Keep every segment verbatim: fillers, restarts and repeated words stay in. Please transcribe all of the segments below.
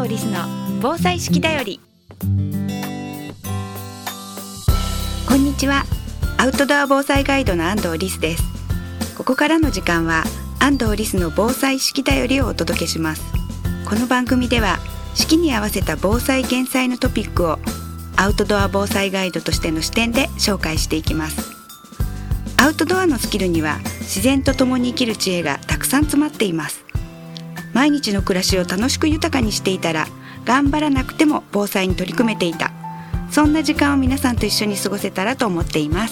藤リスの防災式だより。こんにちは。アウトドア防災ガイドの安藤リスです。ここからの時間は安藤リスの防災式だよりをお届けします。この番組では四季に合わせた防災減災のトピックをアウトドア防災ガイドとしての視点で紹介していきます。アウトドアのスキルには自然と共に生きる知恵がたくさん詰まっています。毎日の暮らしを楽しく豊かにしていたら頑張らなくても防災に取り組めていた、そんな時間を皆さんと一緒に過ごせたらと思っています。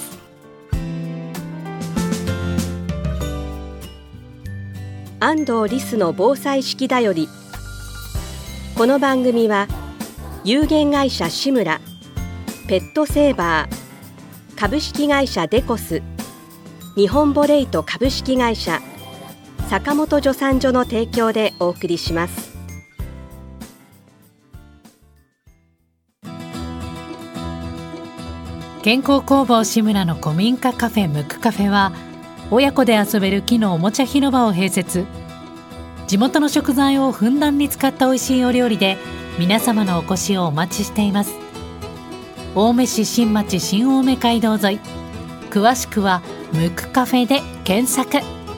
安藤リスの防災式だより。この番組は有限会社志村、ペットセーバー、株式会社デコス、日本ボレイト株式会社、坂本助産所の提供でお送りします。 健康工房志村の古民家カフェムクカフェは、親子で遊べる木のおもちゃ広場を併設。地元の食材をふんだんに使った美味しいお料理で皆様のお越しをお待ちしています。青梅市新町新青梅街道沿い、詳しくはムクカフェで検索。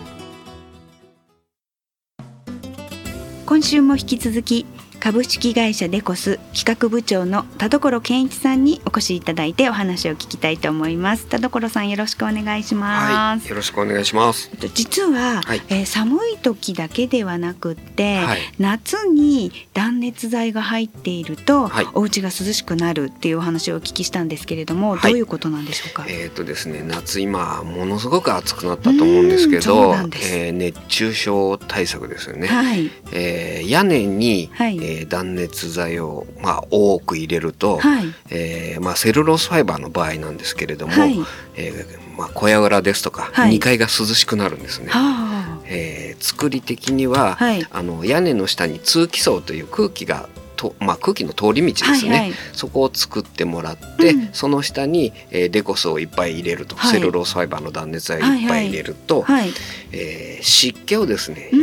今週も引き続き株式会社デコス企画部長の田所健一さんにお越しいただいてお話を聞きたいと思います。田所さん、よろしくお願いします。 はい、よろしくお願いします。 実は、はい、えー、寒い時だけではなくって、はい、夏に断熱材が入っていると、はい、お家が涼しくなるっていうお話をお聞きしたんですけれども、はい、どういうことなんでしょうか。 えーとですね、夏今ものすごく暑くなったと思うんですけど、えー、熱中症対策ですよね。はい、えー、屋根に、はい、えー、断熱材を、まあ、多く入れると、はい、えーまあ、セルロースファイバーの場合なんですけれども、はい、えーまあ、小屋裏ですとか、はい、にかいが涼しくなるんですね。えー、作り的には、はい、あの屋根の下に通気層という空気がとまあ、空気の通り道ですね、はいはい、そこを作ってもらって、うん、その下に、えー、デコスをいっぱい入れると、はい、セルロースファイバーの断熱材をいっぱい入れると、はいはい、えー、湿気をですね、うん、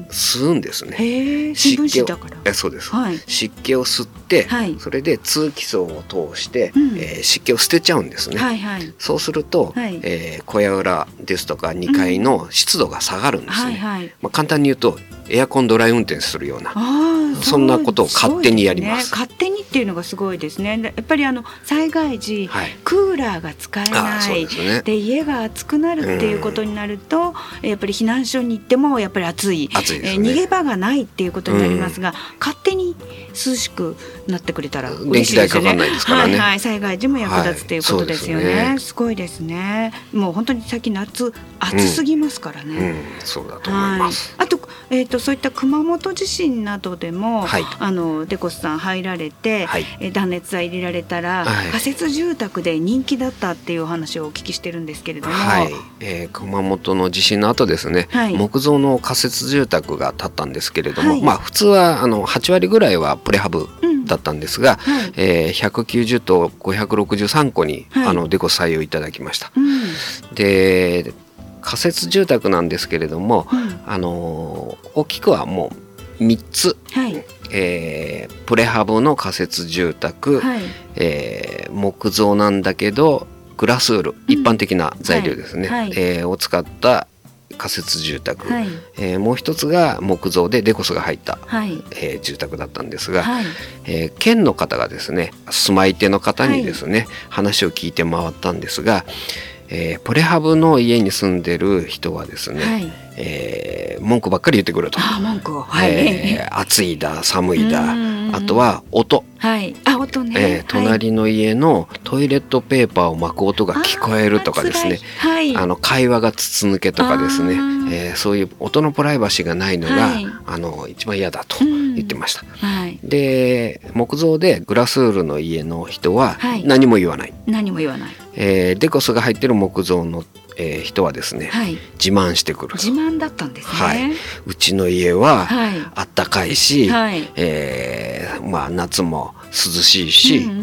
吸うんですね。 へ湿気をだからえそうです、はい、湿気を吸って、はい、それで通気層を通して、うん、えー、湿気を捨てちゃうんですね、はいはい、そうすると、はい、えー、小屋裏ですとかにかいの湿度が下がるんですね、うん、はいはい、まあ、簡単に言うとエアコンドライ運転するような、そんなことを勝手にやります。 そうですね、勝手にっていうのがすごいですね。やっぱりあの災害時、はい、クーラーが使えない で,、ね、で家が暑くなるっていうことになると、うん、やっぱり避難所に行ってもやっぱり暑い、暑いですね、えー、逃げ場がないっていうことになりますが、うん、勝手に涼しくなってくれたら嬉しいですよね。電気代かかんないですからね、はいはい、災害時も役立つということですよね、はい、 す, ねすごいですね。もう本当に最近夏暑すぎますからね、うんうん、 そうだと思います、 はい、あと、えーと、そういった熊本地震などでも、はい、あのデコスさん入られて、はい、え断熱材入れられたら、はい、仮設住宅で人気だったっていうお話をお聞きしてるんですけれども、 はい、えー、熊本の地震の後ですね、はい、木造の仮設住宅が建ったんですけれども、はい、まあ、普通はあのはちわりぐらいはプレハブだったんですが、うん、はい、えー、ひゃくきゅうじゅうとごひゃくろくじゅうさんこに、はい、あのデコス採用いただきました、うん、で仮設住宅なんですけれども、うん、あの大きくはもうみっつ、はい、えー、プレハブの仮設住宅、はい、えー、木造なんだけどグラスウール、うん、一般的な材料ですね、はいはい、えー、を使った仮設住宅、はい、えー、もう一つが木造でデコスが入った、はい、えー、住宅だったんですが、はい、えー、県の方がですね、住まい手の方にですね、はい、話を聞いて回ったんですが、えー、プレハブの家に住んでる人はですね、はい、えー、文句ばっかり言ってくると。 あ、文句を、はい、 えー、暑いだ寒いだ、あとは音、 はい、あ、音ね、 えー、隣の家のトイレットペーパーを巻く音が聞こえるとかですね、はい、あの会話が筒抜けとかですね、えー、そういう音のプライバシーがないのが、はい、あの一番嫌だと言ってました、はい、で木造でグラスウールの家の人は何も言わない、はい、 何も言わない、 えー、デコスが入ってる木造の、えー、人はですね、はい、自慢してくる。 自慢だったんですね、 はい、うちの家はあったかいし、はい、えーまあ、夏も涼しいし、うんうん、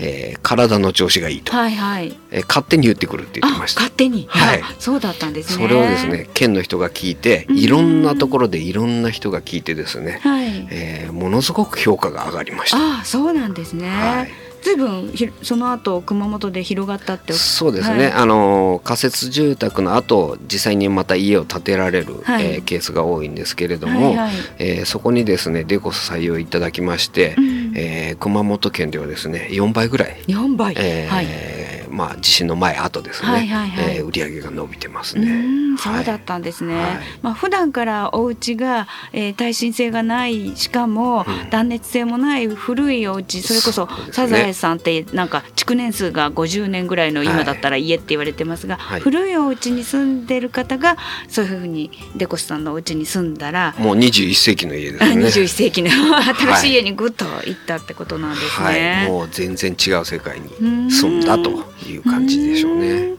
えー、体の調子がいいと、 はいはい、 えー、勝手に言ってくるって言ってました。 勝手に、 はい、 そうだったんですね。 それをですね県の人が聞いて、いろんなところでいろんな人が聞いてですね、はい、えー、ものすごく評価が上がりました。 ああ、そうなんですね。はい、ずいぶんその後熊本で広がったって。 そうですね、はい、あの仮設住宅の後実際にまた家を建てられる、はい、えー、ケースが多いんですけれども、はいはい、えー、そこにですねデコス採用いただきまして、うん、えー、熊本県ではですねよんばいぐらい、 よんばい、 えー、はい、まあ、地震の前後ですね、はいはいはい、えー、売り上げが伸びてますね。 うん、そうだったんですね。はい、まあ、普段からお家が、えー、耐震性がない、しかも断熱性もない古いお家、それこそサザエさんってなんか築年数がごじゅうねんぐらいの今だったら家って言われてますが、はい、古いお家に住んでる方がそういうふうにデコスさんのお家に住んだらもうにじゅういっせいきの家ですね。 にじゅういっせいきの新しい家にぐっと行ったってことなんですね。はいはい、もう全然違う世界に住んだという感じでしょうね。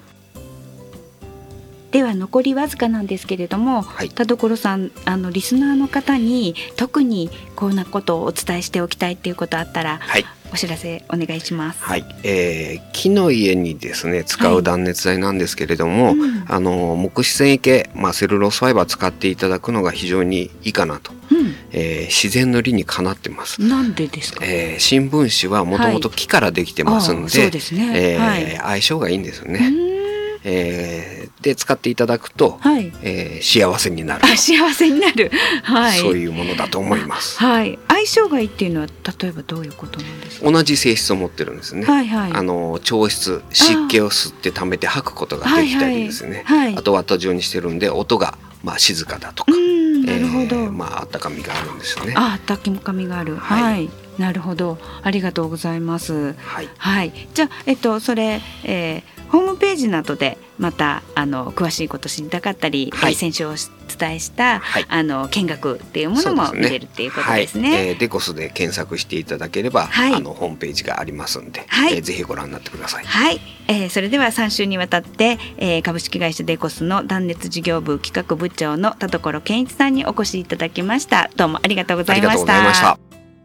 では残りわずかなんですけれども、はい、田所さん、あのリスナーの方に特にこんなことをお伝えしておきたいっていうことあったら、はい、お知らせお願いします。 はい、えー、木の家にですね使う断熱材なんですけれども、はい、うん、あの木質繊維系、まあ、セルロースファイバー使っていただくのが非常にいいかなと、うん、えー、自然の理にかなってます。 なんでですか？ えー、新聞紙はもともと木からできてますので、 そうですね、 えーはい、 相性がいいんですよね。えー、で使っていただくと、はい、えー、幸せになる。 あ、幸せになる、はい、 そういうものだと思います。 はい、相性がいいっていうのは例えばどういうことなんですか？ 同じ性質を持ってるんですね。はいはい、あの調湿、湿気を吸って溜めて吐くことができたりですね、はいはい、あとワット状にしてるんで音がまあ静かだとか、なるほど、えー、まあ温かみがあるんですよね。 あ、温かみがある、はい、はい、なるほど、ありがとうございます。はい、はい、じゃあ、えっと、それ、えー、ホームページなどでまたあの詳しいこと知りたかったり、はい、先週お伝えした、はい、あの見学っていうものも見れるっていうことですね。はい、 えー、デコスで検索していただければ、はい、あのホームページがありますんで、はい、えー、ぜひご覧になってください。 はい、えー、それではさん週にわたって、えー、株式会社デコスの断熱事業部企画部長の田所健一さんにお越しいただきました。どうもありがとうございました。ありがとうございました。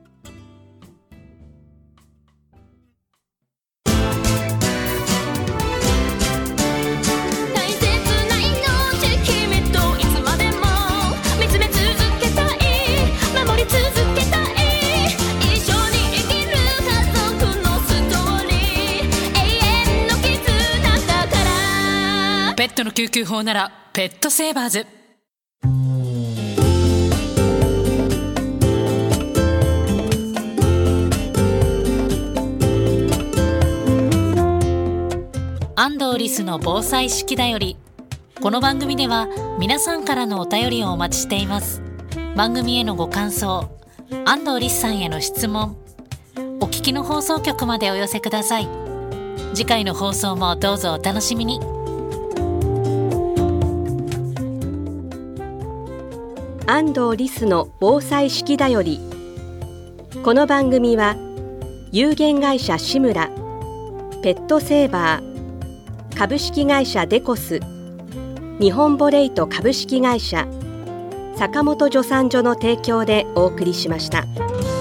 ペットの救急法ならペットセーバーズ。安藤リスの防災式だより。この番組では皆さんからのお便りをお待ちしています。番組へのご感想、安藤リスさんへの質問、お聞きの放送局までお寄せください。次回の放送もどうぞお楽しみに。 安藤リスの防災式だより。この番組は有限会社志村、ペットセーバー、株式会社デコス、日本ボレイト株式会社、坂本助産所の提供でお送りしました。